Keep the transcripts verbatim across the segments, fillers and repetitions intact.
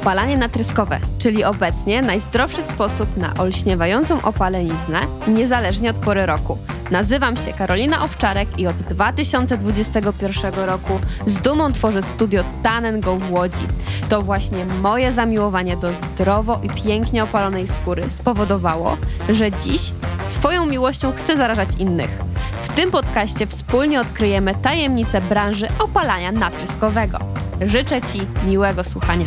Opalanie natryskowe, czyli obecnie najzdrowszy sposób na olśniewającą opaleniznę, niezależnie od pory roku. Nazywam się Karolina Owczarek i od dwa tysiące dwudziestego pierwszego roku z dumą tworzę studio Tan and Go w Łodzi. To właśnie moje zamiłowanie do zdrowo i pięknie opalonej skóry spowodowało, że dziś swoją miłością chcę zarażać innych. W tym podcaście wspólnie odkryjemy tajemnice branży opalania natryskowego. Życzę Ci miłego słuchania.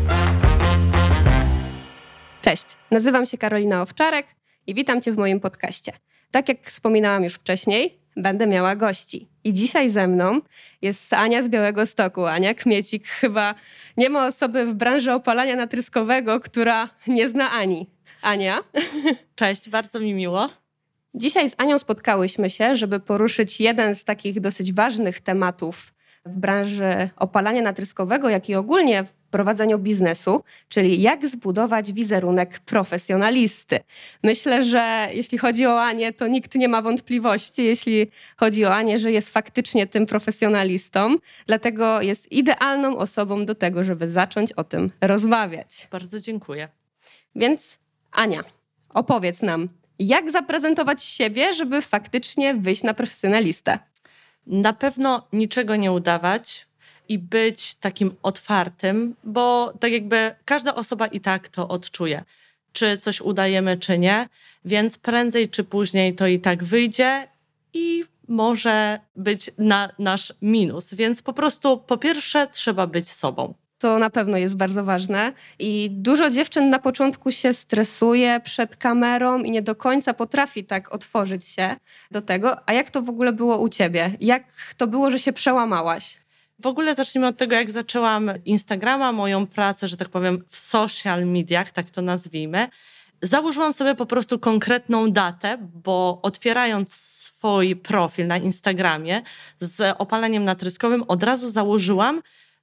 Cześć, nazywam się Karolina Owczarek i witam Cię w moim podcaście. Tak jak wspominałam już wcześniej, będę miała gości. I dzisiaj ze mną jest Ania z Białegostoku. Ania Kmiecik. Chyba nie ma osoby w branży opalania natryskowego, która nie zna Ani. Ania? Cześć, bardzo mi miło. Dzisiaj z Anią spotkałyśmy się, żeby poruszyć jeden z takich dosyć ważnych tematów w branży opalania natryskowego, jak i ogólnie w prowadzeniu biznesu, czyli jak zbudować wizerunek profesjonalisty. Myślę, że jeśli chodzi o Anię, to nikt nie ma wątpliwości, jeśli chodzi o Anię, że jest faktycznie tym profesjonalistą, dlatego jest idealną osobą do tego, żeby zacząć o tym rozmawiać. Bardzo dziękuję. Więc Ania, opowiedz nam, jak zaprezentować siebie, żeby faktycznie wyjść na profesjonalistę? Na pewno niczego nie udawać i być takim otwartym, bo tak jakby każda osoba i tak to odczuje, czy coś udajemy, czy nie, więc prędzej czy później to i tak wyjdzie i może być na nasz minus. Więc po prostu po pierwsze trzeba być sobą. To na pewno jest bardzo ważne i dużo dziewczyn na początku się stresuje przed kamerą i nie do końca potrafi tak otworzyć się do tego. A jak to w ogóle było u ciebie? Jak to było, że się przełamałaś? W ogóle zacznijmy od tego, jak zaczęłam Instagrama, moją pracę, że tak powiem, w social mediach, tak to nazwijmy. Założyłam sobie po prostu konkretną datę, bo otwierając swój profil na Instagramie z opaleniem natryskowym, od razu założyłam,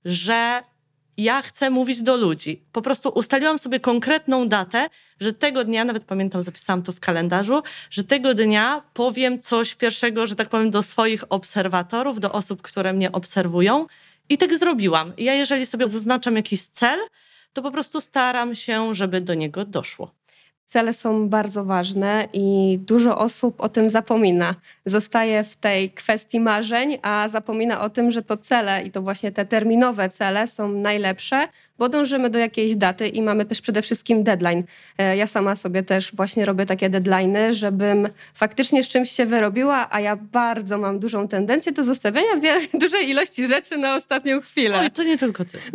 że ja chcę mówić do ludzi. Po prostu ustaliłam sobie konkretną datę, że tego dnia, nawet pamiętam, zapisałam to w kalendarzu, że tego dnia powiem coś pierwszego, że tak powiem, do swoich obserwatorów, do osób, które mnie obserwują. I tak zrobiłam. Ja jeżeli sobie zaznaczam jakiś cel, to po prostu staram się, żeby do niego doszło. Cele są bardzo ważne i dużo osób o tym zapomina. Zostaje w tej kwestii marzeń, a zapomina o tym, że to cele i to właśnie te terminowe cele są najlepsze, bo dążymy do jakiejś daty i mamy też przede wszystkim deadline. Ja sama sobie też właśnie robię takie deadline'y, żebym faktycznie z czymś się wyrobiła, a ja bardzo mam dużą tendencję do zostawiania wiele, dużej ilości rzeczy na ostatnią chwilę. Oj, to nie tylko ty.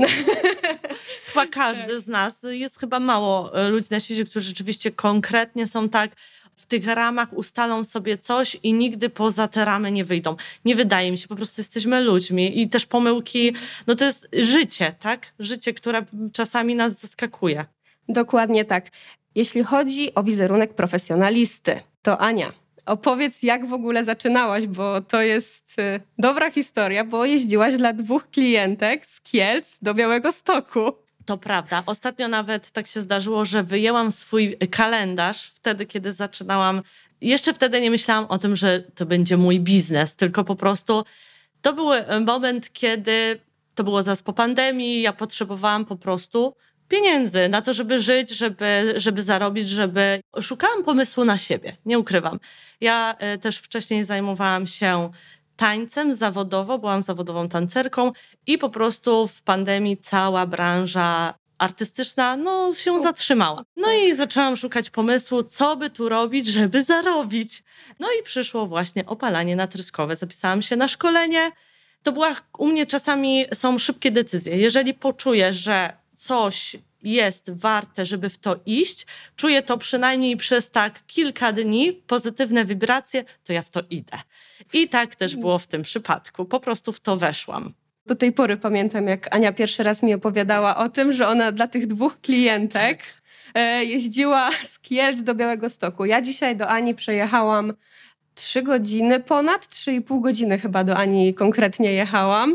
Chyba każdy z nas. Jest chyba mało ludzi na świecie, którzy rzeczywiście konkretnie są tak w tych ramach, ustalą sobie coś i nigdy poza te ramy nie wyjdą. Nie wydaje mi się, po prostu jesteśmy ludźmi i też pomyłki, no to jest życie, tak? Życie, które czasami nas zaskakuje. Dokładnie tak. Jeśli chodzi o wizerunek profesjonalisty, to Ania, opowiedz, jak w ogóle zaczynałaś, bo to jest y, dobra historia, bo jeździłaś dla dwóch klientek z Kielc do Białegostoku. To prawda. Ostatnio nawet tak się zdarzyło, że wyjęłam swój kalendarz wtedy, kiedy zaczynałam. Jeszcze wtedy nie myślałam o tym, że to będzie mój biznes, tylko po prostu to był moment, kiedy to było zaraz po pandemii, ja potrzebowałam po prostu pieniędzy na to, żeby żyć, żeby, żeby zarobić, żeby... Szukałam pomysłu na siebie, nie ukrywam. Ja też wcześniej zajmowałam się tańcem zawodowo, byłam zawodową tancerką i po prostu w pandemii cała branża artystyczna no, się zatrzymała. No i zaczęłam szukać pomysłu, co by tu robić, żeby zarobić. No i przyszło właśnie opalanie natryskowe. Zapisałam się na szkolenie. To była u mnie czasami są szybkie decyzje. Jeżeli poczuję, że coś jest warte, żeby w to iść, czuję to przynajmniej przez tak kilka dni, pozytywne wibracje, to ja w to idę. I tak też było w tym przypadku. Po prostu w to weszłam. Do tej pory pamiętam, jak Ania pierwszy raz mi opowiadała o tym, że ona dla tych dwóch klientek tak. jeździła z Kielc do Białegostoku. Ja dzisiaj do Ani przejechałam trzy godziny, ponad trzy i pół godziny chyba do Ani konkretnie jechałam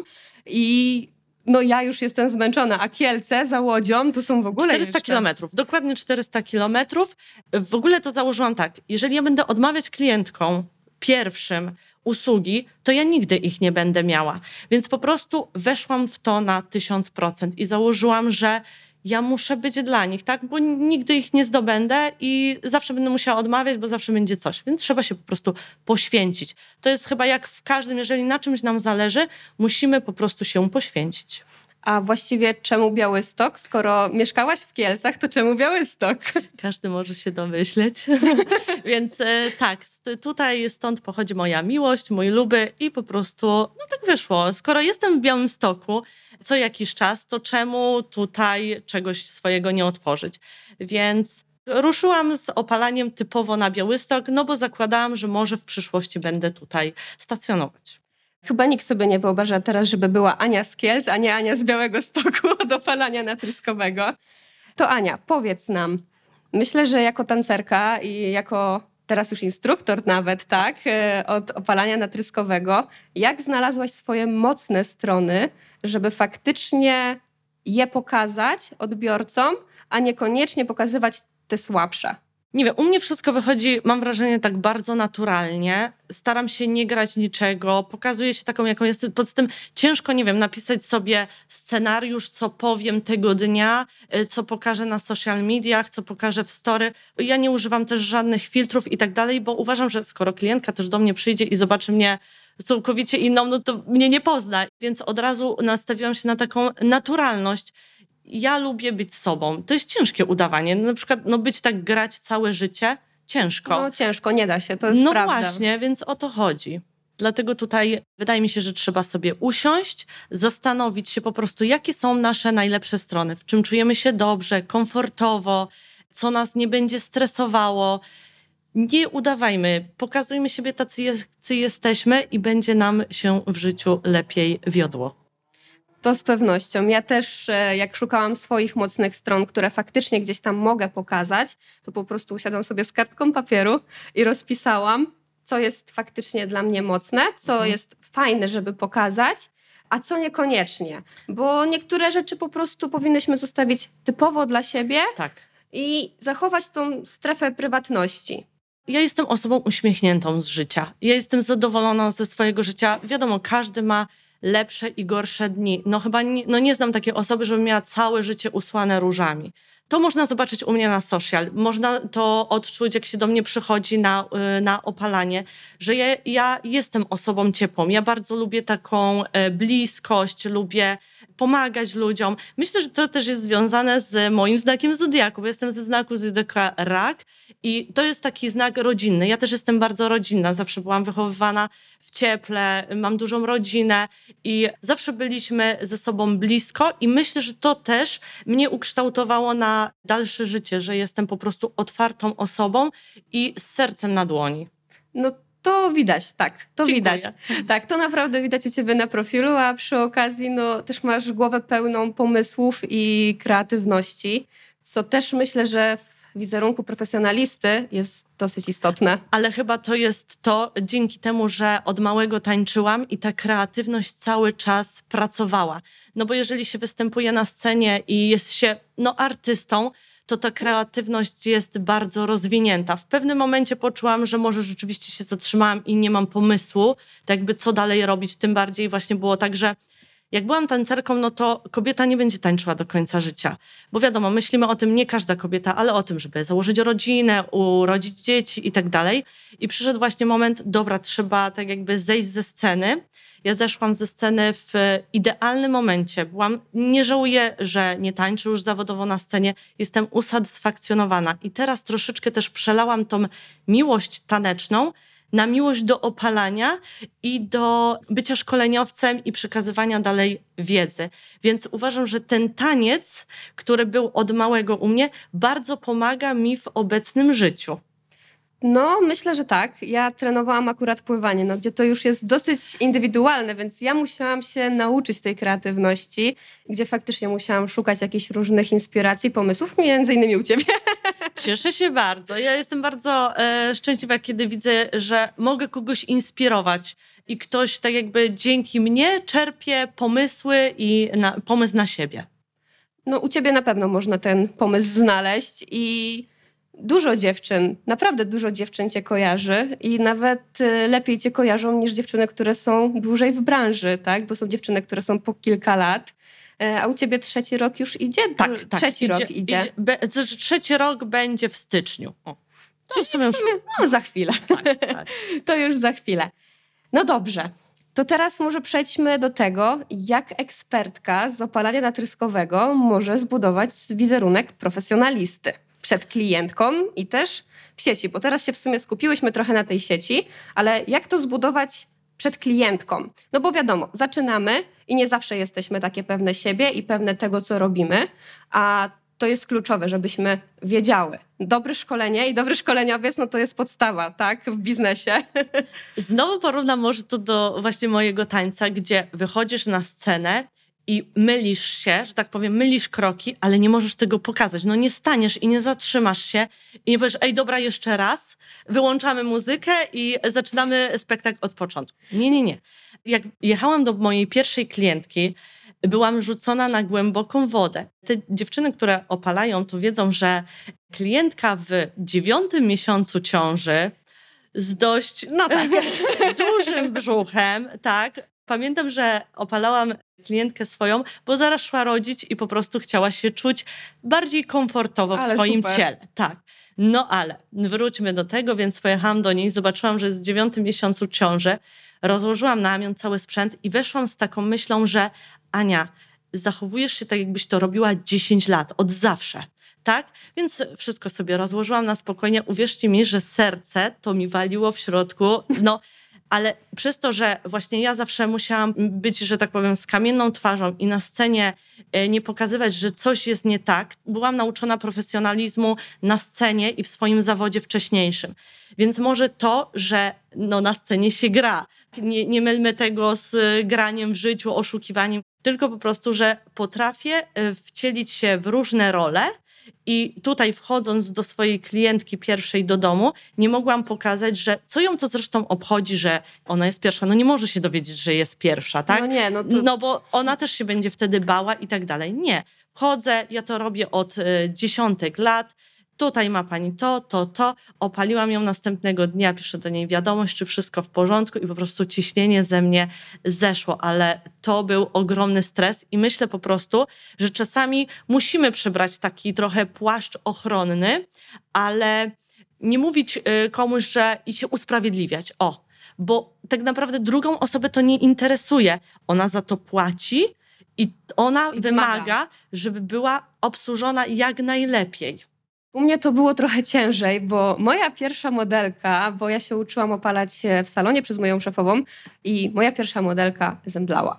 i no ja już jestem zmęczona, a Kielce za Łodzią to są w ogóle czterysta kilometrów, dokładnie czterysta kilometrów. W ogóle to założyłam tak, jeżeli ja będę odmawiać klientkom pierwszym usługi, to ja nigdy ich nie będę miała. Więc po prostu weszłam w to na tysiąc procent i założyłam, że ja muszę być dla nich, tak? Bo nigdy ich nie zdobędę i zawsze będę musiała odmawiać, bo zawsze będzie coś. Więc trzeba się po prostu poświęcić. To jest chyba jak w każdym, jeżeli na czymś nam zależy, musimy po prostu się poświęcić. A właściwie czemu Białystok? Skoro mieszkałaś w Kielcach, to czemu Białystok? Każdy może się domyśleć. Więc e, tak, st- tutaj stąd pochodzi moja miłość, mój luby i po prostu, no tak wyszło. Skoro jestem w Białymstoku co jakiś czas, to czemu tutaj czegoś swojego nie otworzyć? Więc ruszyłam z opalaniem typowo na Białystok, no bo zakładałam, że może w przyszłości będę tutaj stacjonować. Chyba nikt sobie nie wyobraża teraz, żeby była Ania z Kielc, a nie Ania z Białegostoku od opalania natryskowego. To Ania, powiedz nam, myślę, że jako tancerka i jako teraz już instruktor nawet, tak, e, od opalania natryskowego, jak znalazłaś swoje mocne strony, żeby faktycznie je pokazać odbiorcom, a niekoniecznie pokazywać te słabsze? Nie wiem, u mnie wszystko wychodzi, mam wrażenie, tak bardzo naturalnie. Staram się nie grać niczego, pokazuję się taką, jaką jestem. Poza tym ciężko, nie wiem, napisać sobie scenariusz, co powiem tego dnia, co pokażę na social mediach, co pokażę w story. Ja nie używam też żadnych filtrów i tak dalej, bo uważam, że skoro klientka też do mnie przyjdzie i zobaczy mnie całkowicie inną, no to mnie nie pozna. Więc od razu nastawiłam się na taką naturalność. Ja lubię być sobą. To jest ciężkie udawanie. Na przykład no być tak grać całe życie, ciężko. No ciężko, nie da się, to jest no prawda. właśnie, więc o to chodzi. Dlatego tutaj wydaje mi się, że trzeba sobie usiąść, zastanowić się po prostu, jakie są nasze najlepsze strony, w czym czujemy się dobrze, komfortowo, co nas nie będzie stresowało. Nie udawajmy, pokazujmy siebie tacy, jacy jesteśmy i będzie nam się w życiu lepiej wiodło. To z pewnością. Ja też, e, jak szukałam swoich mocnych stron, które faktycznie gdzieś tam mogę pokazać, to po prostu usiadłam sobie z kartką papieru i rozpisałam, co jest faktycznie dla mnie mocne, co Mhm. jest fajne, żeby pokazać, a co niekoniecznie. Bo niektóre rzeczy po prostu powinnyśmy zostawić typowo dla siebie Tak. i zachować tą strefę prywatności. Ja jestem osobą uśmiechniętą z życia. Ja jestem zadowolona ze swojego życia. Wiadomo, każdy ma lepsze i gorsze dni. No chyba nie, no nie znam takiej osoby, żeby miała całe życie usłane różami. To można zobaczyć u mnie na social. Można to odczuć, jak się do mnie przychodzi na, y, na opalanie, że ja, ja jestem osobą ciepłą. Ja bardzo lubię taką e, bliskość, lubię pomagać ludziom. Myślę, że to też jest związane z moim znakiem zodiaku, bo jestem ze znaku zodiaka rak i to jest taki znak rodzinny. Ja też jestem bardzo rodzinna. Zawsze byłam wychowywana w cieple, mam dużą rodzinę i zawsze byliśmy ze sobą blisko i myślę, że to też mnie ukształtowało na dalsze życie, że jestem po prostu otwartą osobą i z sercem na dłoni. No to widać, tak, to Dziękuję. widać. Tak, to naprawdę widać u ciebie na profilu, a przy okazji no, też masz głowę pełną pomysłów i kreatywności, co też myślę, że w wizerunku profesjonalisty jest dosyć istotne. Ale chyba to jest to dzięki temu, że od małego tańczyłam i ta kreatywność cały czas pracowała. No bo jeżeli się występuje na scenie i jest się no, artystą, to ta kreatywność jest bardzo rozwinięta. W pewnym momencie poczułam, że może rzeczywiście się zatrzymałam i nie mam pomysłu, tak jakby co dalej robić. Tym bardziej właśnie było tak, że jak byłam tancerką, no to kobieta nie będzie tańczyła do końca życia. Bo wiadomo, myślimy o tym, nie każda kobieta, ale o tym, żeby założyć rodzinę, urodzić dzieci i tak dalej. I przyszedł właśnie moment, dobra, trzeba tak jakby zejść ze sceny. Ja zeszłam ze sceny w idealnym momencie. Byłam, nie żałuję, że nie tańczę już zawodowo na scenie. Jestem usatysfakcjonowana. I teraz troszeczkę też przelałam tą miłość taneczną na miłość do opalania i do bycia szkoleniowcem i przekazywania dalej wiedzy. Więc uważam, że ten taniec, który był od małego u mnie, bardzo pomaga mi w obecnym życiu. No, myślę, że tak. Ja trenowałam akurat pływanie, no, gdzie to już jest dosyć indywidualne, więc ja musiałam się nauczyć tej kreatywności, gdzie faktycznie musiałam szukać jakichś różnych inspiracji, pomysłów, między innymi u ciebie. Cieszę się bardzo. Ja jestem bardzo e, szczęśliwa, kiedy widzę, że mogę kogoś inspirować i ktoś tak jakby dzięki mnie czerpie pomysły i na, pomysł na siebie. No, u ciebie na pewno można ten pomysł znaleźć i dużo dziewczyn, naprawdę dużo dziewczyn cię kojarzy i nawet y, lepiej cię kojarzą niż dziewczyny, które są dłużej w branży, tak? Bo są dziewczyny, które są po kilka lat. E, A u ciebie trzeci rok już idzie? Tak, Dru- tak. Trzeci rok idzie. idzie be, to znaczy trzeci rok będzie w styczniu. O. Czyli w sumie, w sumie no za chwilę. Tak, tak. To już za chwilę. No dobrze. To teraz może przejdźmy do tego, jak ekspertka z opalania natryskowego może zbudować wizerunek profesjonalisty przed klientką i też w sieci, bo teraz się w sumie skupiłyśmy trochę na tej sieci, ale jak to zbudować przed klientką? No bo wiadomo, zaczynamy i nie zawsze jesteśmy takie pewne siebie i pewne tego, co robimy, a to jest kluczowe, żebyśmy wiedziały. Dobre szkolenie i dobry szkoleniowiec, no to jest podstawa, tak, w biznesie. Znowu porównam może to do właśnie mojego tańca, gdzie wychodzisz na scenę i mylisz się, że tak powiem, mylisz kroki, ale nie możesz tego pokazać. No nie staniesz i nie zatrzymasz się i nie powiesz, ej, dobra, jeszcze raz, wyłączamy muzykę i zaczynamy spektakl od początku. Nie, nie, nie. Jak jechałam do mojej pierwszej klientki, byłam rzucona na głęboką wodę. Te dziewczyny, które opalają, to wiedzą, że klientka w dziewiątym miesiącu ciąży z dość No tak. dużym brzuchem, tak. Pamiętam, że opalałam klientkę swoją, bo zaraz szła rodzić i po prostu chciała się czuć bardziej komfortowo w Ale swoim super. ciele. Tak. No ale wróćmy do tego, więc pojechałam do niej, zobaczyłam, że jest w dziewiątym miesiącu ciąży, rozłożyłam na ramię cały sprzęt i weszłam z taką myślą, że Ania, zachowujesz się tak, jakbyś to robiła dziesięć lat, od zawsze. Tak? Więc wszystko sobie rozłożyłam na spokojnie. Uwierzcie mi, że serce to mi waliło w środku. No, ale przez to, że właśnie ja zawsze musiałam być, że tak powiem, z kamienną twarzą i na scenie nie pokazywać, że coś jest nie tak, byłam nauczona profesjonalizmu na scenie i w swoim zawodzie wcześniejszym. Więc może to, że no, na scenie się gra. Nie, nie mylmy tego z graniem w życiu, oszukiwaniem, tylko po prostu, że potrafię wcielić się w różne role. I tutaj wchodząc do swojej klientki pierwszej do domu, nie mogłam pokazać, że co ją to zresztą obchodzi, że ona jest pierwsza. No nie może się dowiedzieć, że jest pierwsza, tak? No nie, no to... No bo ona też się będzie wtedy bała i tak dalej. Nie. Wchodzę, ja to robię od y, dziesiątek lat. Tutaj ma pani to, to, to. Opaliłam ją następnego dnia, piszę do niej wiadomość, czy wszystko w porządku i po prostu ciśnienie ze mnie zeszło, ale to był ogromny stres i myślę po prostu, że czasami musimy przybrać taki trochę płaszcz ochronny, ale nie mówić komuś, że i się usprawiedliwiać. O, bo tak naprawdę drugą osobę to nie interesuje. Ona za to płaci i ona I wymaga, wymaga, żeby była obsłużona jak najlepiej. U mnie to było trochę ciężej, bo moja pierwsza modelka, bo ja się uczyłam opalać w salonie przez moją szefową i moja pierwsza modelka zemdlała.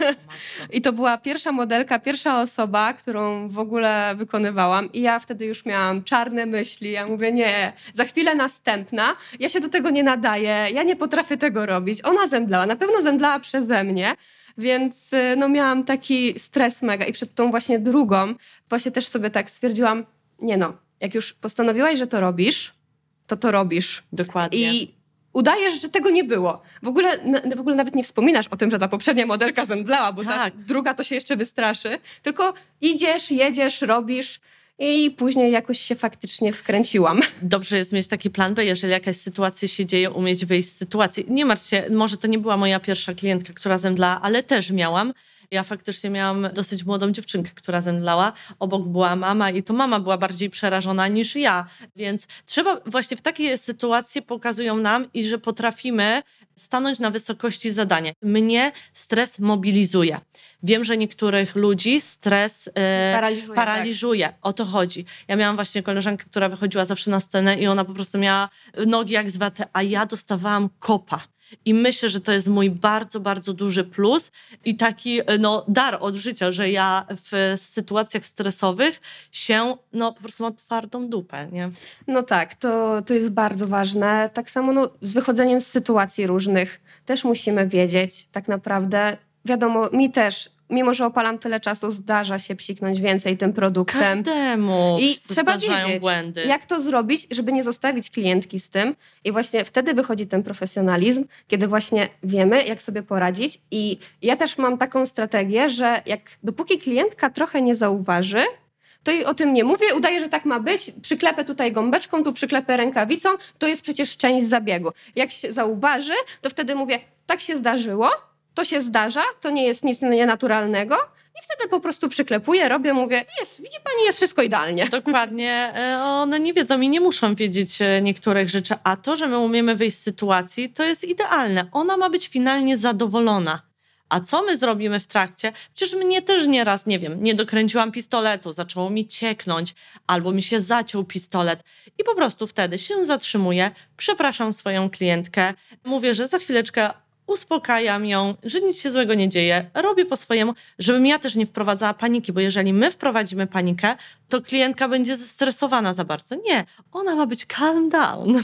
I to była pierwsza modelka, pierwsza osoba, którą w ogóle wykonywałam i ja wtedy już miałam czarne myśli. Ja mówię, nie, za chwilę następna, ja się do tego nie nadaję, ja nie potrafię tego robić. Ona zemdlała, na pewno zemdlała przeze mnie. Więc no, miałam taki stres mega i przed tą właśnie drugą właśnie też sobie tak stwierdziłam, nie no, jak już postanowiłaś, że to robisz, to to robisz. Dokładnie. I udajesz, że tego nie było. W ogóle, n- w ogóle nawet nie wspominasz o tym, że ta poprzednia modelka zemdlała, bo Tak. ta druga to się jeszcze wystraszy. Tylko idziesz, jedziesz, robisz i później jakoś się faktycznie wkręciłam. Dobrze jest mieć taki plan B, jeżeli jakaś sytuacja się dzieje, umieć wyjść z sytuacji. Nie martw się, może to nie była moja pierwsza klientka, która zemdlała, ale też miałam. Ja faktycznie miałam dosyć młodą dziewczynkę, która zemdlała. Obok była mama i to mama była bardziej przerażona niż ja. Więc trzeba właśnie w takiej sytuacji pokazują nam, i że potrafimy stanąć na wysokości zadania. Mnie stres mobilizuje. Wiem, że niektórych ludzi stres e, Paraliżuje, paraliżuje. O to chodzi. Ja miałam właśnie koleżankę, która wychodziła zawsze na scenę i ona po prostu miała nogi jak zwate, a ja dostawałam kopa. I myślę, że to jest mój bardzo, bardzo duży plus i taki no, dar od życia, że ja w sytuacjach stresowych się no, po prostu mam twardą dupę, nie? No tak, to, to jest bardzo ważne. Tak samo no, z wychodzeniem z sytuacji różnych też musimy wiedzieć tak naprawdę. Wiadomo, mi też, mimo że opalam tyle czasu, zdarza się psiknąć więcej tym produktem. Każdemu I się trzeba zdarzają wiedzieć, błędy. jak to zrobić, żeby nie zostawić klientki z tym. I właśnie wtedy wychodzi ten profesjonalizm, kiedy właśnie wiemy, jak sobie poradzić. I ja też mam taką strategię, że jak dopóki klientka trochę nie zauważy, to jej o tym nie mówię, udaję, że tak ma być, przyklepę tutaj gąbeczką, tu przyklepę rękawicą, to jest przecież część zabiegu. Jak się zauważy, to wtedy mówię, tak się zdarzyło, to się zdarza, to nie jest nic nienaturalnego i wtedy po prostu przyklepuję, robię, mówię, jest, widzi pani, jest wszystko idealnie. Dokładnie. E, One nie wiedzą i nie muszą wiedzieć e, niektórych rzeczy, a to, że my umiemy wyjść z sytuacji, to jest idealne. Ona ma być finalnie zadowolona. A co my zrobimy w trakcie? Przecież mnie też nieraz, nie wiem, nie dokręciłam pistoletu, zaczęło mi cieknąć, albo mi się zaciął pistolet. I po prostu wtedy się zatrzymuję, przepraszam swoją klientkę, mówię, że za chwileczkę uspokajam ją, że nic się złego nie dzieje, robię po swojemu, żebym ja też nie wprowadzała paniki, bo jeżeli my wprowadzimy panikę, to klientka będzie zestresowana za bardzo. Nie, ona ma być calm down.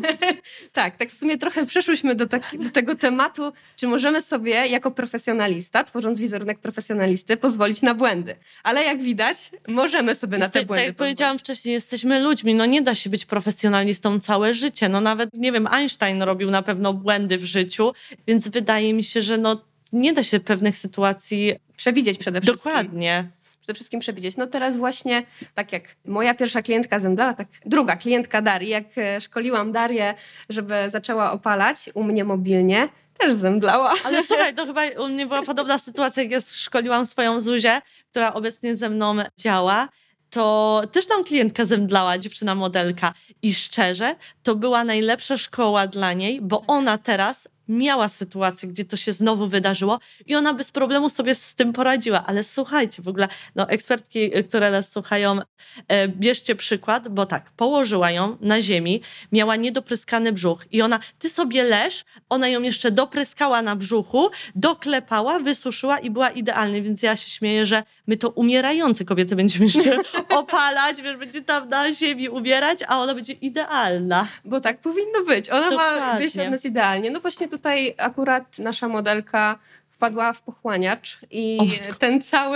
Tak, tak w sumie trochę przeszłyśmy do, tak, do tego tematu, czy możemy sobie jako profesjonalista, tworząc wizerunek profesjonalisty, pozwolić na błędy. Ale jak widać, możemy sobie na te Jeste- błędy Tak jak pozwolić. powiedziałam wcześniej, jesteśmy ludźmi, no nie da się być profesjonalistą całe życie. No nawet, nie wiem, Einstein robił na pewno błędy w życiu, więc wydaje mi się, że no nie da się pewnych sytuacji... Przewidzieć przede wszystkim. Dokładnie. Przede wszystkim przewidzieć. No teraz właśnie, tak jak moja pierwsza klientka zemdlała, tak druga klientka Darii, jak e, szkoliłam Darię, żeby zaczęła opalać u mnie mobilnie, też zemdlała. Ale słuchaj, to chyba u mnie była podobna sytuacja, jak ja szkoliłam swoją Zuzię, która obecnie ze mną działa. To też tam klientka zemdlała, dziewczyna modelka. I szczerze, to była najlepsza szkoła dla niej, bo ona teraz miała sytuację, gdzie to się znowu wydarzyło i ona bez problemu sobie z tym poradziła. Ale słuchajcie, w ogóle, no ekspertki, które nas słuchają, e, bierzcie przykład, bo tak, położyła ją na ziemi, miała niedopryskany brzuch i ona, ty sobie leż, ona ją jeszcze dopryskała na brzuchu, doklepała, wysuszyła i była idealna, więc ja się śmieję, że my to umierające kobiety będziemy jeszcze opalać, wiesz, będzie tam na ziemi umierać, a ona będzie idealna. Bo tak powinno być. Ona ma Dokładnie. wyjść od nas idealnie. No właśnie tutaj akurat nasza modelka wpadła w pochłaniacz i O matko. ten cały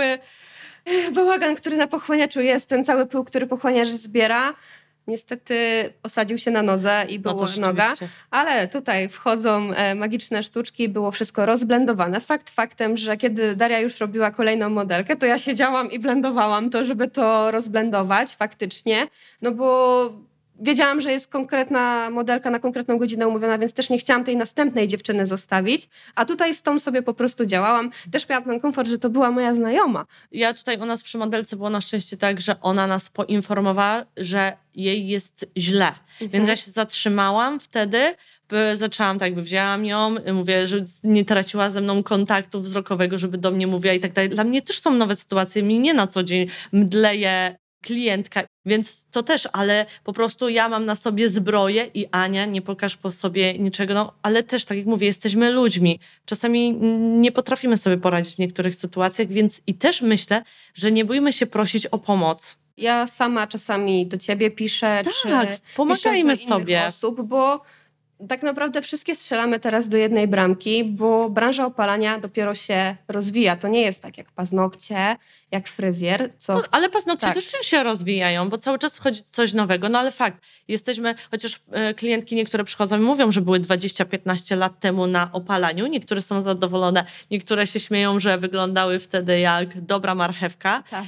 e, bałagan, który na pochłaniaczu jest, ten cały pył, który pochłaniacz zbiera, niestety osadził się na nodze i No była to noga. rzeczywiście. Ale tutaj wchodzą e, magiczne sztuczki, było wszystko rozblendowane. Fakt faktem, że kiedy Daria już robiła kolejną modelkę, to ja siedziałam i blendowałam to, żeby to rozblendować faktycznie, no bo wiedziałam, że jest konkretna modelka na konkretną godzinę umówiona, więc też nie chciałam tej następnej dziewczyny zostawić, a tutaj z tą sobie po prostu działałam. Też miałam ten komfort, że to była moja znajoma. Ja tutaj u nas przy modelce było na szczęście tak, że ona nas poinformowała, że jej jest źle. Mhm. Więc ja się zatrzymałam wtedy, by zaczęłam, tak jakby wzięłam ją, mówię, że nie traciła ze mną kontaktu wzrokowego, żeby do mnie mówiła i tak dalej. Dla mnie też są nowe sytuacje, mi nie na co dzień mdleje klientka, więc to też, ale po prostu ja mam na sobie zbroję i Ania, nie pokaż po sobie niczego, no ale też, tak jak mówię, jesteśmy ludźmi. Czasami nie potrafimy sobie poradzić w niektórych sytuacjach, więc i też myślę, że nie bójmy się prosić o pomoc. Ja sama czasami do ciebie piszę, Tak, czy pomagajmy piszę do innych sobie. osób, bo tak naprawdę wszystkie strzelamy teraz do jednej bramki, bo branża opalania dopiero się rozwija. To nie jest tak jak paznokcie, jak fryzjer, co... No, ale paznokcie tak. też się rozwijają, bo cały czas wchodzi coś nowego. No ale fakt, jesteśmy, chociaż e, klientki niektóre przychodzą i mówią, że były dwadzieścia piętnaście lat temu na opalaniu. Niektóre są zadowolone, niektóre się śmieją, że wyglądały wtedy jak dobra marchewka. Tak.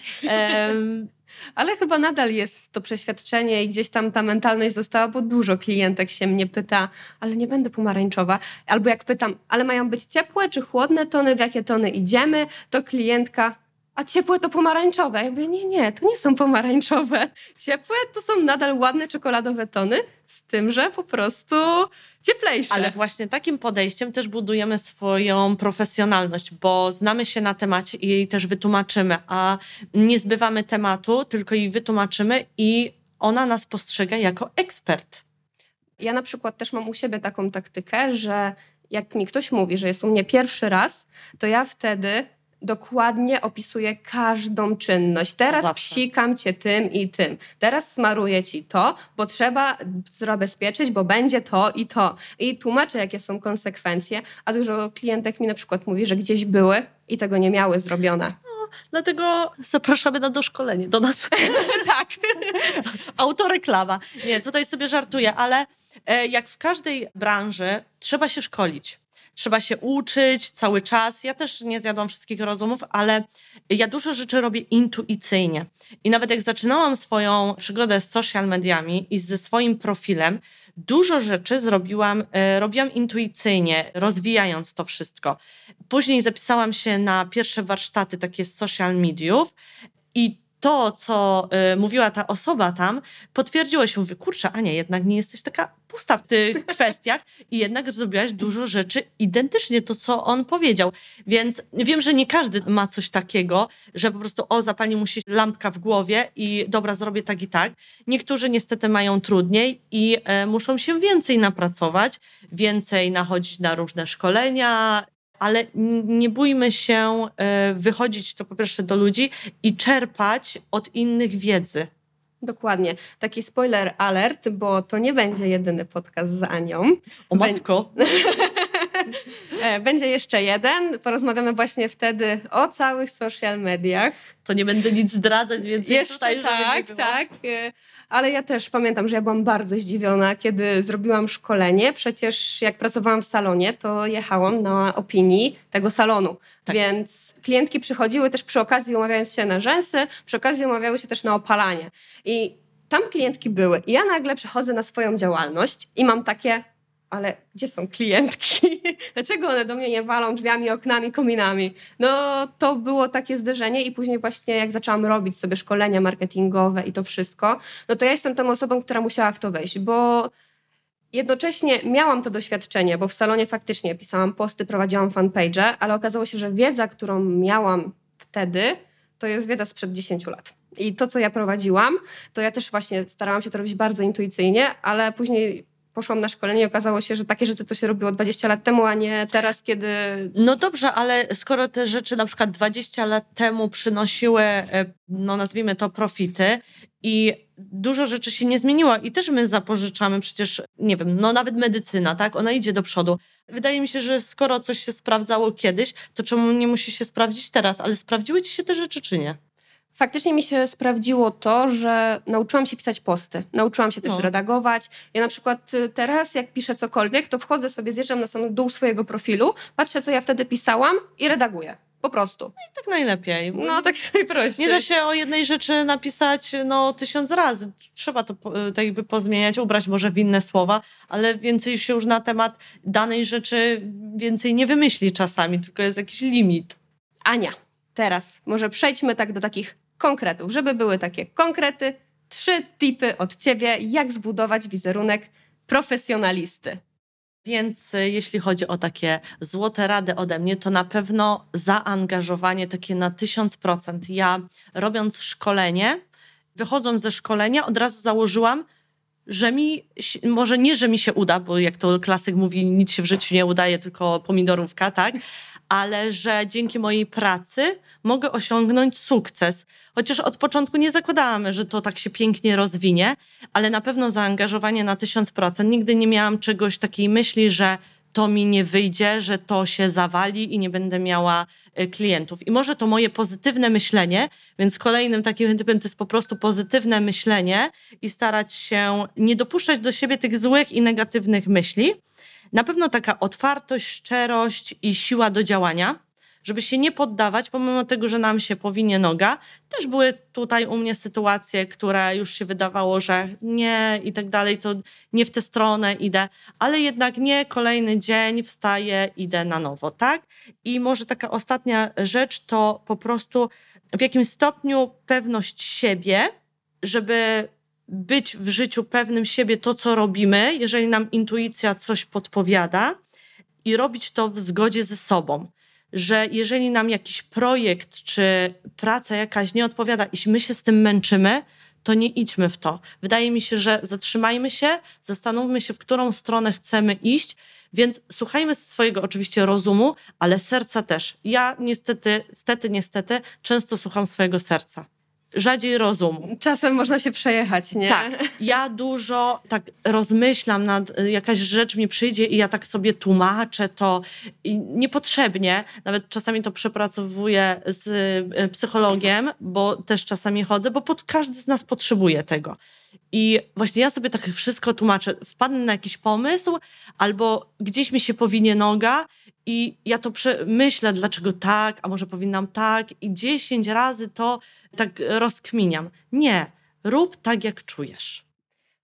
Em, Ale chyba nadal jest to przeświadczenie i gdzieś tam ta mentalność została, bo dużo klientek się mnie pyta, ale nie będę pomarańczowa. Albo jak pytam, ale mają być ciepłe czy chłodne tony, w jakie tony idziemy, to klientka, a ciepłe to pomarańczowe. Ja mówię, nie, nie, to nie są pomarańczowe. Ciepłe to są nadal ładne czekoladowe tony, z tym, że po prostu cieplejsze. Ale właśnie takim podejściem też budujemy swoją profesjonalność, bo znamy się na temacie i jej też wytłumaczymy, a nie zbywamy tematu, tylko jej wytłumaczymy i ona nas postrzega jako ekspert. Ja na przykład też mam u siebie taką taktykę, że jak mi ktoś mówi, że jest u mnie pierwszy raz, to ja wtedy dokładnie opisuję każdą czynność. Teraz Zawsze. psikam cię tym i tym. Teraz smaruję ci to, bo trzeba zabezpieczyć, bo będzie to i to. I tłumaczę, jakie są konsekwencje, a dużo klientek mi na przykład mówi, że gdzieś były i tego nie miały zrobione. Dlatego zapraszamy na doszkolenie do nas. Tak. Autoreklama. Nie, tutaj sobie żartuję, ale e, jak w każdej branży trzeba się szkolić. Trzeba się uczyć cały czas. Ja też nie zjadłam wszystkich rozumów, ale ja dużo rzeczy robię intuicyjnie. I nawet jak zaczynałam swoją przygodę z social mediami i ze swoim profilem, Dużo rzeczy zrobiłam, e, robiłam intuicyjnie, rozwijając to wszystko. Później zapisałam się na pierwsze warsztaty takie z social mediów i to, co y, mówiła ta osoba tam, potwierdziło się. Mówię, kurczę, Ania, jednak nie jesteś taka pusta w tych kwestiach i jednak zrobiłaś dużo rzeczy identycznie to, co on powiedział. Więc wiem, że nie każdy ma coś takiego, że po prostu o, zapalnie mu się lampka w głowie i dobra, zrobię tak i tak. Niektórzy niestety mają trudniej i e, muszą się więcej napracować, więcej nachodzić na różne szkolenia, ale nie bójmy się e, wychodzić to po pierwsze do ludzi i czerpać od innych wiedzy. Dokładnie. Taki spoiler alert, bo to nie będzie jedyny podcast z Anią. O matko. E, Będzie jeszcze jeden. Porozmawiamy właśnie wtedy o całych social mediach. To nie będę nic zdradzać, więc Jeszcze tutaj, żeby tak, nie było. tak. E, Ale ja też pamiętam, że ja byłam bardzo zdziwiona, kiedy zrobiłam szkolenie. Przecież jak pracowałam w salonie, to jechałam na opinii tego salonu. Tak. Więc klientki przychodziły też przy okazji umawiając się na rzęsy, przy okazji umawiały się też na opalanie. I tam klientki były. I ja nagle przechodzę na swoją działalność i mam takie, ale gdzie są klientki? Dlaczego one do mnie nie walą drzwiami, oknami, kominami? No to było takie zderzenie i później właśnie jak zaczęłam robić sobie szkolenia marketingowe i to wszystko, no to ja jestem tą osobą, która musiała w to wejść, bo jednocześnie miałam to doświadczenie, bo w salonie faktycznie pisałam posty, prowadziłam fanpage, ale okazało się, że wiedza, którą miałam wtedy, to jest wiedza sprzed dziesięciu lat. I to, co ja prowadziłam, to ja też właśnie starałam się to robić bardzo intuicyjnie, ale później poszłam na szkolenie i okazało się, że takie rzeczy to się robiło dwadzieścia lat temu, a nie teraz, kiedy... No dobrze, ale skoro te rzeczy na przykład dwadzieścia lat temu przynosiły, e, no nazwijmy to, profity i dużo rzeczy się nie zmieniło i też my zapożyczamy przecież, nie wiem, no nawet medycyna, tak? Ona idzie do przodu. Wydaje mi się, że skoro coś się sprawdzało kiedyś, to czemu nie musi się sprawdzić teraz? Ale sprawdziły ci się te rzeczy, czy nie? Faktycznie mi się sprawdziło to, że nauczyłam się pisać posty. Nauczyłam się też No. redagować. Ja na przykład y, teraz, jak piszę cokolwiek, to wchodzę sobie, zjeżdżam na sam dół swojego profilu, patrzę, co ja wtedy pisałam i redaguję. Po prostu. Tak najlepiej. No, tak najprościej. Nie da się o jednej rzeczy napisać no tysiąc razy. Trzeba to po- tak jakby pozmieniać, ubrać może w inne słowa, ale więcej się już na temat danej rzeczy więcej nie wymyśli czasami, tylko jest jakiś limit. Ania, teraz może przejdźmy tak do takich konkretów, żeby były takie konkrety. Trzy tipy od ciebie, jak zbudować wizerunek profesjonalisty. Więc y, jeśli chodzi o takie złote rady ode mnie, to na pewno zaangażowanie takie na tysiąc procent. Ja robiąc szkolenie, wychodząc ze szkolenia, od razu założyłam, że mi, się- może nie, że mi się uda, bo jak to klasyk mówi, nic się w życiu nie udaje, tylko pomidorówka, tak? Ale że dzięki mojej pracy mogę osiągnąć sukces. Chociaż od początku nie zakładałam, że to tak się pięknie rozwinie, ale na pewno zaangażowanie na tysiąc procent. Nigdy nie miałam czegoś takiej myśli, że to mi nie wyjdzie, że to się zawali i nie będę miała y, klientów. I może to moje pozytywne myślenie, więc kolejnym takim typem to jest po prostu pozytywne myślenie i starać się nie dopuszczać do siebie tych złych i negatywnych myśli. Na pewno taka otwartość, szczerość i siła do działania, żeby się nie poddawać, pomimo tego, że nam się powinie noga. Też były tutaj u mnie sytuacje, które już się wydawało, że nie i tak dalej, to nie w tę stronę idę, ale jednak nie, kolejny dzień wstaję, idę na nowo, tak? I może taka ostatnia rzecz to po prostu w jakimś stopniu pewność siebie, żeby być w życiu pewnym siebie to, co robimy, jeżeli nam intuicja coś podpowiada i robić to w zgodzie ze sobą. Że jeżeli nam jakiś projekt czy praca jakaś nie odpowiada i my się z tym męczymy, to nie idźmy w to. Wydaje mi się, że zatrzymajmy się, zastanówmy się, w którą stronę chcemy iść, więc słuchajmy swojego oczywiście rozumu, ale serca też. Ja niestety, niestety, niestety często słucham swojego serca. Rzadziej rozumu. Czasem można się przejechać, nie? Tak, ja dużo tak rozmyślam nad, y, jakaś rzecz mi przyjdzie i ja tak sobie tłumaczę to i niepotrzebnie, nawet czasami to przepracowuję z y, psychologiem, bo też czasami chodzę, bo pod, każdy z nas potrzebuje tego. I właśnie ja sobie tak wszystko tłumaczę, wpadnę na jakiś pomysł albo gdzieś mi się powinie noga i ja to prze- myślę, dlaczego tak, a może powinnam tak i dziesięć razy to tak rozkminiam. Nie, rób tak, jak czujesz.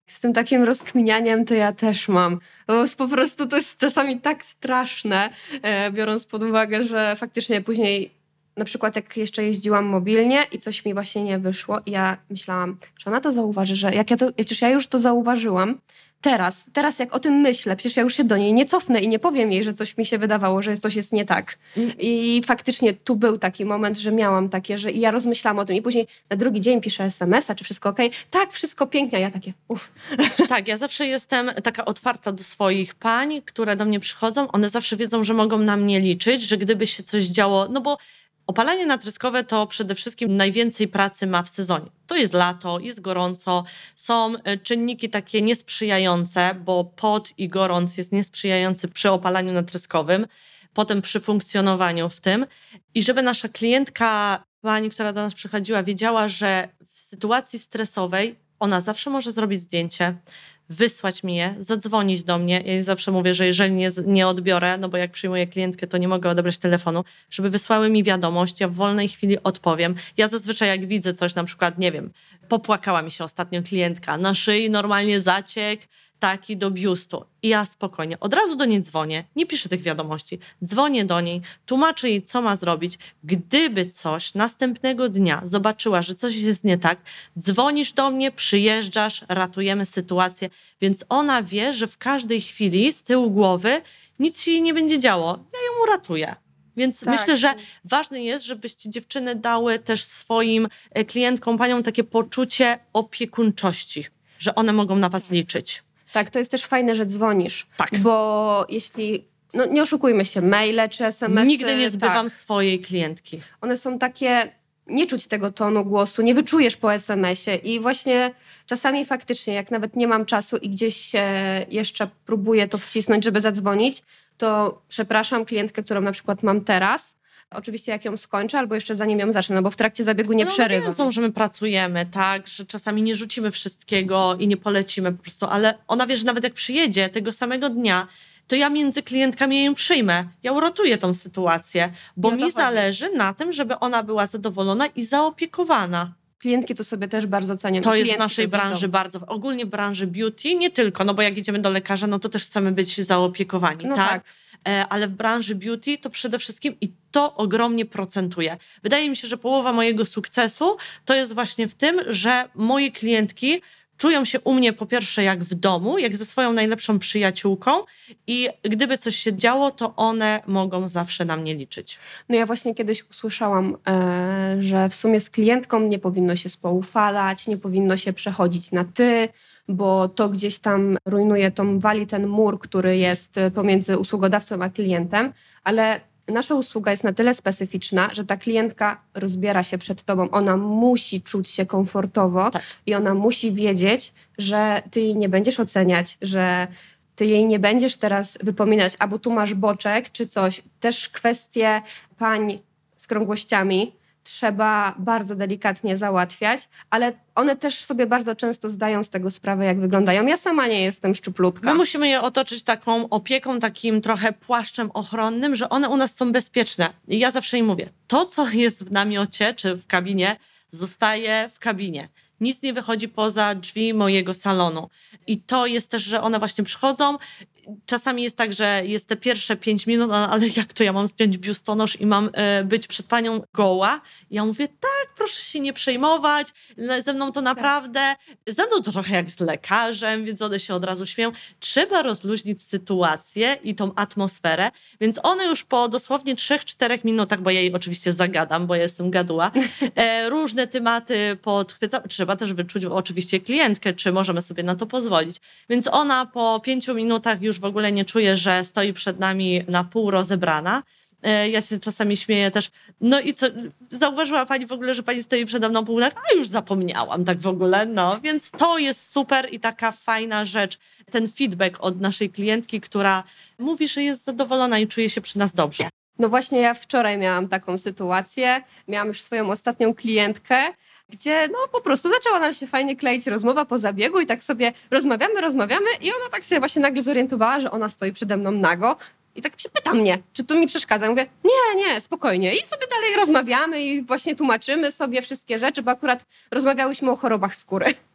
Z tym takim rozkminianiem to ja też mam. Bo po prostu to jest czasami tak straszne, e, biorąc pod uwagę, że faktycznie później na przykład jak jeszcze jeździłam mobilnie i coś mi właśnie nie wyszło i ja myślałam, że ona to zauważy, że jak ja to, przecież ja już to zauważyłam, teraz, teraz jak o tym myślę, przecież ja już się do niej nie cofnę i nie powiem jej, że coś mi się wydawało, że coś jest nie tak. I faktycznie tu był taki moment, że miałam takie, że i ja rozmyślałam o tym i później na drugi dzień piszę es em es a, czy wszystko okej? Tak, wszystko pięknie, a ja takie uff. Tak, ja zawsze jestem taka otwarta do swoich pań, które do mnie przychodzą. One zawsze wiedzą, że mogą na mnie liczyć, że gdyby się coś działo, no bo opalanie natryskowe to przede wszystkim najwięcej pracy ma w sezonie. To jest lato, jest gorąco, są czynniki takie niesprzyjające, bo pot i gorąc jest niesprzyjający przy opalaniu natryskowym, potem przy funkcjonowaniu w tym. I żeby nasza klientka, pani, która do nas przychodziła, wiedziała, że w sytuacji stresowej ona zawsze może zrobić zdjęcie, wysłać mi je, zadzwonić do mnie. Ja jej zawsze mówię, że jeżeli nie, nie odbiorę, no bo jak przyjmuję klientkę, to nie mogę odebrać telefonu, żeby wysłały mi wiadomość, ja w wolnej chwili odpowiem. Ja zazwyczaj jak widzę coś, na przykład, nie wiem, popłakała mi się ostatnio klientka, na szyi normalnie zaciek, taki do biustu. I ja spokojnie, od razu do niej dzwonię, nie piszę tych wiadomości, dzwonię do niej, tłumaczę jej, co ma zrobić. Gdyby coś następnego dnia zobaczyła, że coś jest nie tak, dzwonisz do mnie, przyjeżdżasz, ratujemy sytuację. Więc ona wie, że w każdej chwili z tyłu głowy nic się jej nie będzie działo. Ja ją uratuję. Więc Tak, myślę, że to jest- ważne jest, żebyście dziewczyny dały też swoim e, klientkom, paniom takie poczucie opiekuńczości, że one mogą na was liczyć. Tak, to jest też fajne, że dzwonisz. Tak. Bo jeśli, no nie oszukujmy się, maile czy es em esy... Nigdy nie zbywam tak, swojej klientki. one są takie, nie czuć tego tonu głosu, nie wyczujesz po es em esie i właśnie czasami faktycznie, jak nawet nie mam czasu i gdzieś się jeszcze próbuję to wcisnąć, żeby zadzwonić, to przepraszam klientkę, którą na przykład mam teraz, oczywiście jak ją skończę albo jeszcze zanim ją zacznę, no bo w trakcie zabiegu nie no, przerywam. One wiedzą, że my pracujemy, tak, że czasami nie rzucimy wszystkiego i nie polecimy po prostu, ale ona wie, że nawet jak przyjedzie tego samego dnia, to ja między klientkami ją przyjmę. Ja uratuję tą sytuację, bo I o to mi chodzi. zależy na tym, żeby ona była zadowolona i zaopiekowana. Klientki to sobie też bardzo cenią. To I jest w klientki naszej to widzą. branży bardzo, ogólnie w branży beauty, nie tylko, no bo jak idziemy do lekarza, no to też chcemy być zaopiekowani, No tak? tak. E, ale w branży beauty to przede wszystkim i to ogromnie procentuje. Wydaje mi się, że połowa mojego sukcesu to jest właśnie w tym, że moje klientki czują się u mnie po pierwsze jak w domu, jak ze swoją najlepszą przyjaciółką i gdyby coś się działo, to one mogą zawsze na mnie liczyć. No ja właśnie kiedyś usłyszałam, e, że w sumie z klientką nie powinno się spoufalać, nie powinno się przechodzić na ty, bo to gdzieś tam rujnuje, tą wali ten mur, który jest pomiędzy usługodawcą a klientem, ale nasza usługa jest na tyle specyficzna, że ta klientka rozbiera się przed tobą. Ona musi czuć się komfortowo Tak. i ona musi wiedzieć, że ty jej nie będziesz oceniać, że ty jej nie będziesz teraz wypominać, albo tu masz boczek czy coś. Też kwestie pań z krągłościami trzeba bardzo delikatnie załatwiać, ale one też sobie bardzo często zdają z tego sprawę, jak wyglądają. Ja sama nie jestem szczuplutka. My musimy je otoczyć taką opieką, takim trochę płaszczem ochronnym, że one u nas są bezpieczne. I ja zawsze im mówię, to co jest w namiocie czy w kabinie, zostaje w kabinie. Nic nie wychodzi poza drzwi mojego salonu. I to jest też, że one właśnie przychodzą. Czasami jest tak, że jest te pierwsze pięć minut, no, ale jak to ja mam zdjąć biustonosz i mam e, być przed panią goła? Ja mówię, tak, proszę się nie przejmować, le- ze mną to naprawdę, ze mną to trochę jak z lekarzem, więc one się od razu śmieją. Trzeba rozluźnić sytuację i tą atmosferę, więc one już po dosłownie trzech, czterech minutach, bo ja jej oczywiście zagadam, bo ja jestem gaduła, e, różne tematy podchwycam. Trzeba też wyczuć oczywiście klientkę, czy możemy sobie na to pozwolić. Więc ona po pięciu minutach już w ogóle nie czuje, że stoi przed nami na pół rozebrana. E, Ja się czasami śmieję też, no i co, zauważyła pani w ogóle, że pani stoi przede mną pół lat? A już zapomniałam tak w ogóle, no. Więc to jest super i taka fajna rzecz. Ten feedback od naszej klientki, która mówi, że jest zadowolona i czuje się przy nas dobrze. No właśnie ja wczoraj miałam taką sytuację. Miałam już swoją ostatnią klientkę, gdzie no po prostu zaczęła nam się fajnie kleić rozmowa po zabiegu i tak sobie rozmawiamy, rozmawiamy i ona tak się właśnie nagle zorientowała, że ona stoi przede mną nago i tak się pyta mnie, czy to mi przeszkadza. Ja mówię, nie, nie, spokojnie. I sobie dalej rozmawiamy i właśnie tłumaczymy sobie wszystkie rzeczy, bo akurat rozmawiałyśmy o chorobach skóry.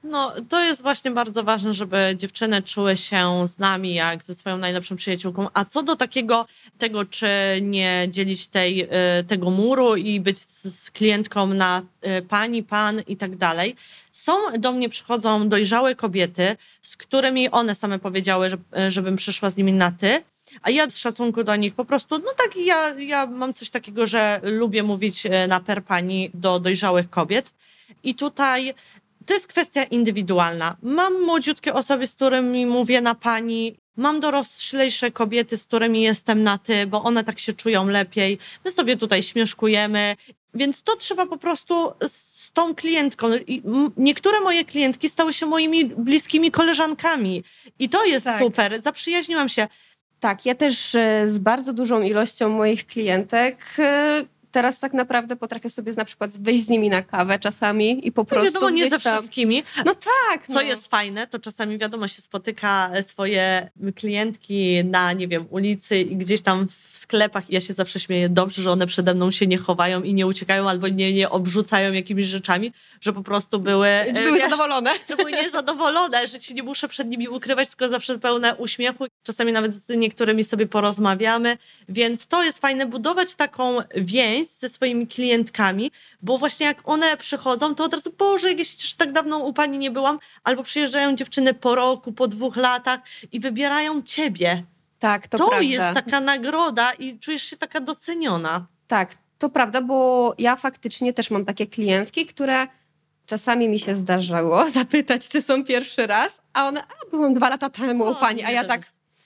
No, to jest właśnie bardzo ważne, żeby dziewczyny czuły się z nami jak ze swoją najlepszą przyjaciółką. A co do takiego tego, czy nie dzielić tej, y, tego muru i być z, z klientką na y, pani, pan i tak dalej. Są do mnie przychodzą dojrzałe kobiety, z którymi one same powiedziały, że, żebym przyszła z nimi na ty. A ja z szacunku do nich po prostu, no tak, ja, ja mam coś takiego, że lubię mówić na per pani do dojrzałych kobiet. I tutaj to jest kwestia indywidualna. Mam młodziutkie osoby, z którymi mówię na pani. Mam dorosłejsze kobiety, z którymi jestem na ty, bo one tak się czują lepiej. My sobie tutaj śmieszkujemy, więc to trzeba po prostu z tą klientką. I niektóre moje klientki stały się moimi bliskimi koleżankami. I to jest Tak. super. Zaprzyjaźniłam się. Tak, ja też e, z bardzo dużą ilością moich klientek e, teraz tak naprawdę potrafię sobie na przykład wyjść z nimi na kawę czasami i po No prostu wiadomo, nie gdzieś ze tam... wszystkimi. No tak, Co no. jest fajne, to czasami wiadomo się spotyka swoje klientki na, nie wiem, ulicy i gdzieś tam w sklepach i ja się zawsze śmieję, dobrze, że one przede mną się nie chowają i nie uciekają albo nie, nie obrzucają jakimiś rzeczami, że po prostu były... Że były wiesz, zadowolone. że były niezadowolone, że ci nie muszę przed nimi ukrywać, tylko zawsze pełne uśmiechu. Czasami nawet z niektórymi sobie porozmawiamy, więc to jest fajne, budować taką więź ze swoimi klientkami, bo właśnie jak one przychodzą, to od razu, Boże, jak ja się cieszę, tak dawno u pani nie byłam, albo przyjeżdżają dziewczyny po roku, po dwóch latach i wybierają ciebie. Tak, to, To prawda. jest taka nagroda i czujesz się taka doceniona. Tak, to prawda, bo ja faktycznie też mam takie klientki, które czasami mi się zdarzało zapytać, czy są pierwszy raz, a one, a byłam dwa lata temu u O, pani, a nie ja też. tak,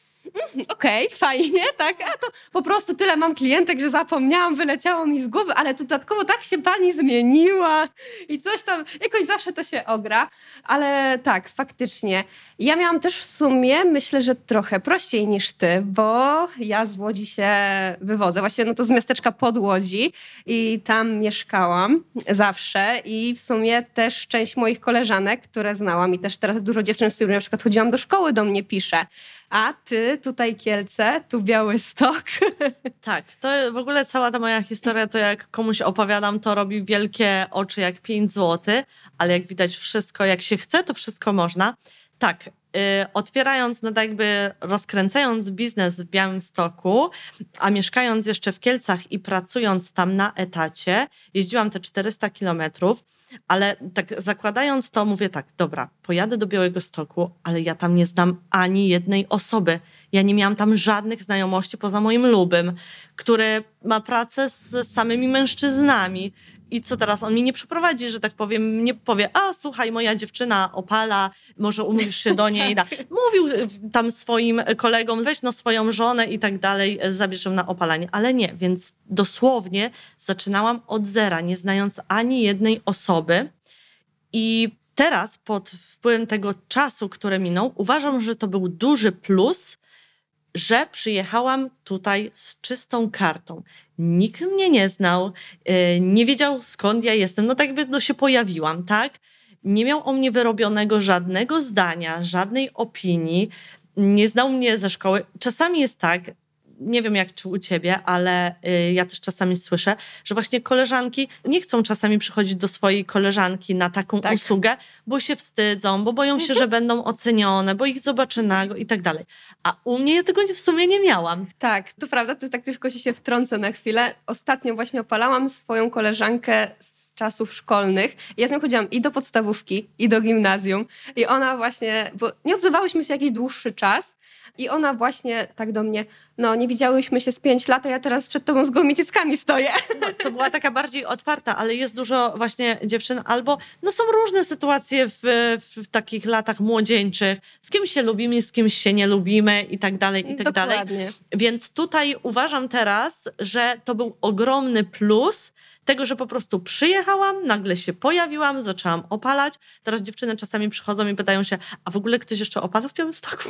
mm, okej, fajnie, tak, a to po prostu tyle mam klientek, że zapomniałam, wyleciało mi z głowy, ale dodatkowo tak się pani zmieniła i coś tam, jakoś zawsze to się ogra, ale tak, faktycznie. Ja miałam też w sumie, myślę, że trochę prościej niż ty, bo ja z Łodzi się wywodzę, właściwie no to z miasteczka pod Łodzi i tam mieszkałam zawsze i w sumie też część moich koleżanek, które znałam i też teraz dużo dziewczyn, z którymi na przykład chodziłam do szkoły, do mnie pisze, a ty tutaj Kielce, tu Białystok. Tak, to w ogóle cała ta moja historia, to jak komuś opowiadam, to robi wielkie oczy jak pięć złotych, ale jak widać wszystko, jak się chce, to wszystko można. Tak, y, otwierając, no tak jakby rozkręcając biznes w Białymstoku, a mieszkając jeszcze w Kielcach i pracując tam na etacie, jeździłam te czterysta kilometrów, ale tak zakładając to, mówię tak, dobra, pojadę do Białegostoku, ale ja tam nie znam ani jednej osoby. Ja nie miałam tam żadnych znajomości poza moim lubym, który ma pracę z samymi mężczyznami. I co teraz? On mi nie przeprowadzi, że tak powiem, nie powie, a słuchaj, moja dziewczyna opala, może umówisz się do niej. Da. Mówił tam swoim kolegom, weź no swoją żonę i tak dalej, zabierz ją na opalanie. Ale nie, więc dosłownie zaczynałam od zera, nie znając ani jednej osoby. I teraz pod wpływem tego czasu, który minął, uważam, że to był duży plus, że przyjechałam tutaj z czystą kartą. Nikt mnie nie znał, nie wiedział skąd ja jestem, no tak jakby no się pojawiłam, tak? Nie miał o mnie wyrobionego żadnego zdania, żadnej opinii, nie znał mnie ze szkoły. Czasami jest tak, nie wiem jak czy u ciebie, ale y, ja też czasami słyszę, że właśnie koleżanki nie chcą czasami przychodzić do swojej koleżanki na taką Tak. usługę, bo się wstydzą, bo boją się, że będą ocenione, bo ich zobaczy nago i tak dalej. A u mnie ja tego w sumie nie miałam. Tak, to prawda, to tak tylko ci się wtrącę na chwilę. Ostatnio właśnie opalałam swoją koleżankę z czasów szkolnych. Ja z nią chodziłam i do podstawówki, i do gimnazjum. I ona właśnie, bo nie odzywałyśmy się jakiś dłuższy czas i ona właśnie tak do mnie, no nie widziałyśmy się z pięć lat, a ja teraz przed tobą z gołymi cyckami stoję. No, to była taka bardziej otwarta, ale jest dużo właśnie dziewczyn albo, no są różne sytuacje w, w takich latach młodzieńczych, z kim się lubimy, z kimś się nie lubimy i tak dalej, i tak dalej. Dokładnie. Więc tutaj uważam teraz, że to był ogromny plus tego, że po prostu przyjechałam, nagle się pojawiłam, zaczęłam opalać. Teraz dziewczyny czasami przychodzą i pytają się, a w ogóle ktoś jeszcze opala w Białymstoku?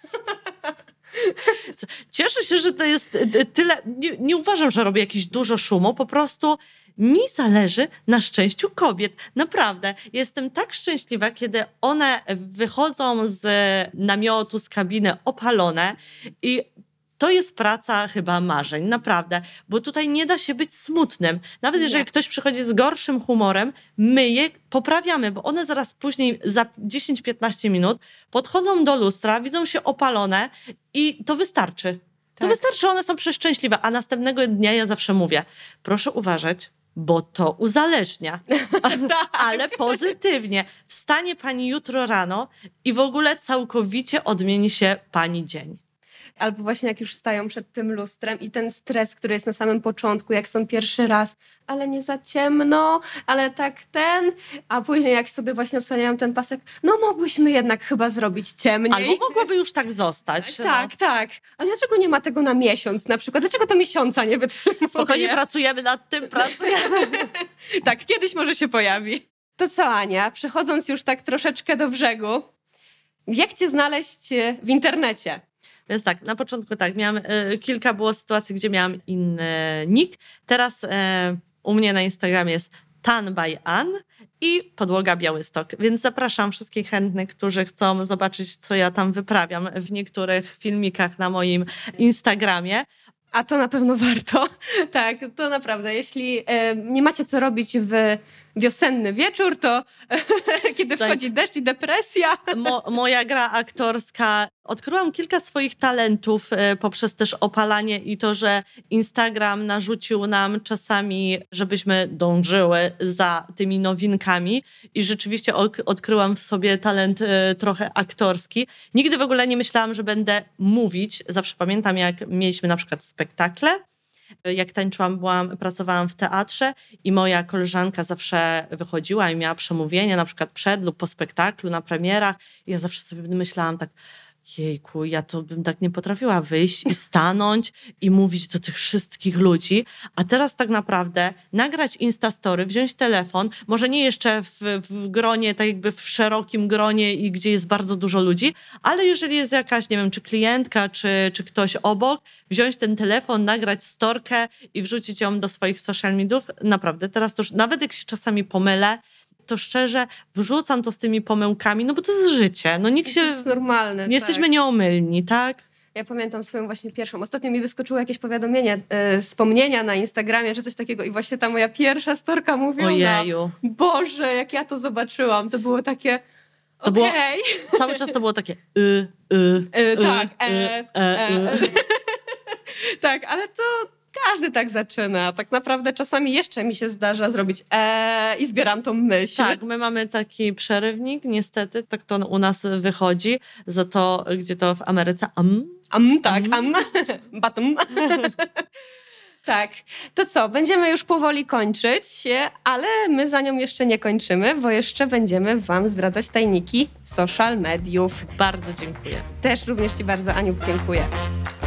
Cieszę się, że to jest tyle. Nie, nie uważam, że robię jakieś dużo szumu, po prostu mi zależy na szczęściu kobiet. Naprawdę. Jestem tak szczęśliwa, kiedy one wychodzą z namiotu, z kabiny opalone i To jest praca chyba marzeń, naprawdę, bo tutaj nie da się być smutnym. Nawet jeżeli Nie. ktoś przychodzi z gorszym humorem, my je poprawiamy, bo one zaraz później, za dziesięć piętnaście minut, podchodzą do lustra, widzą się opalone i to wystarczy. To Tak. wystarczy, one są przeszczęśliwe, a następnego dnia ja zawsze mówię, proszę uważać, bo to uzależnia, ale pozytywnie. Wstanie pani jutro rano i w ogóle całkowicie odmieni się pani dzień. Albo właśnie jak już stają przed tym lustrem i ten stres, który jest na samym początku, jak są pierwszy raz, ale nie za ciemno, ale tak ten, a później jak sobie właśnie odsłaniają ten pasek, no mogłyśmy jednak chyba zrobić ciemniej. Albo mogłoby już tak zostać. Tak, tak. A dlaczego nie ma tego na miesiąc na przykład? Dlaczego to miesiąca nie wytrzymuje? Spokojnie pracujemy nad tym, pracujemy. Tak, kiedyś może się pojawi. To co, Ania, przechodząc już tak troszeczkę do brzegu, jak cię znaleźć e, w internecie? Więc tak, na początku tak, miałam, y, kilka było sytuacji, gdzie miałam inny nick. Teraz y, u mnie na Instagramie jest Tan by Ann i Podłoga Białystok. Więc zapraszam wszystkich chętnych, którzy chcą zobaczyć, co ja tam wyprawiam w niektórych filmikach na moim Instagramie. A to na pewno warto. Tak, to naprawdę. Jeśli e, nie macie co robić w wiosenny wieczór, to kiedy Tak. wchodzi deszcz i depresja. Mo, moja gra aktorska. Odkryłam kilka swoich talentów e, poprzez też opalanie i to, że Instagram narzucił nam czasami, żebyśmy dążyły za tymi nowinkami i rzeczywiście ok- odkryłam w sobie talent e, trochę aktorski. Nigdy w ogóle nie myślałam, że będę mówić. Zawsze pamiętam, jak mieliśmy na przykład spektakle. Jak tańczyłam, byłam, pracowałam w teatrze i moja koleżanka zawsze wychodziła i miała przemówienie, na przykład przed lub po spektaklu, na premierach. I ja zawsze sobie myślałam tak, jejku, ja to bym tak nie potrafiła wyjść i stanąć i mówić do tych wszystkich ludzi. A teraz tak naprawdę nagrać Instastory, wziąć telefon, może nie jeszcze w, w gronie, tak jakby w szerokim gronie i gdzie jest bardzo dużo ludzi, ale jeżeli jest jakaś, nie wiem, czy klientka, czy, czy ktoś obok, wziąć ten telefon, nagrać storkę i wrzucić ją do swoich social mediów. Naprawdę, teraz to już, nawet jak się czasami pomylę, to szczerze wrzucam to z tymi pomyłkami, no bo to jest życie. No nikt To się... jest normalne. Nie jesteśmy tak. nieomylni, tak? Ja pamiętam swoją właśnie pierwszą. Ostatnio mi wyskoczyło jakieś powiadomienie, e, wspomnienia na Instagramie, czy coś takiego i właśnie ta moja pierwsza storka mówiła, Ojeju. Boże, jak ja to zobaczyłam. To było takie, To było- okej. Cały czas to było takie y, y, E, y, tak, y, e, e, e, y. tak, ale to każdy tak zaczyna. Tak naprawdę czasami jeszcze mi się zdarza zrobić e i zbieram tą myśl. Tak, my mamy taki przerywnik, niestety, tak to u nas wychodzi, za to, gdzie to w Ameryce, am, Am, tak, am. Batum. Tak, to co, będziemy już powoli kończyć, ale my za nią jeszcze nie kończymy, bo jeszcze będziemy wam zdradzać tajniki social mediów. bardzo dziękuję. Też również ci bardzo, Aniu, dziękuję.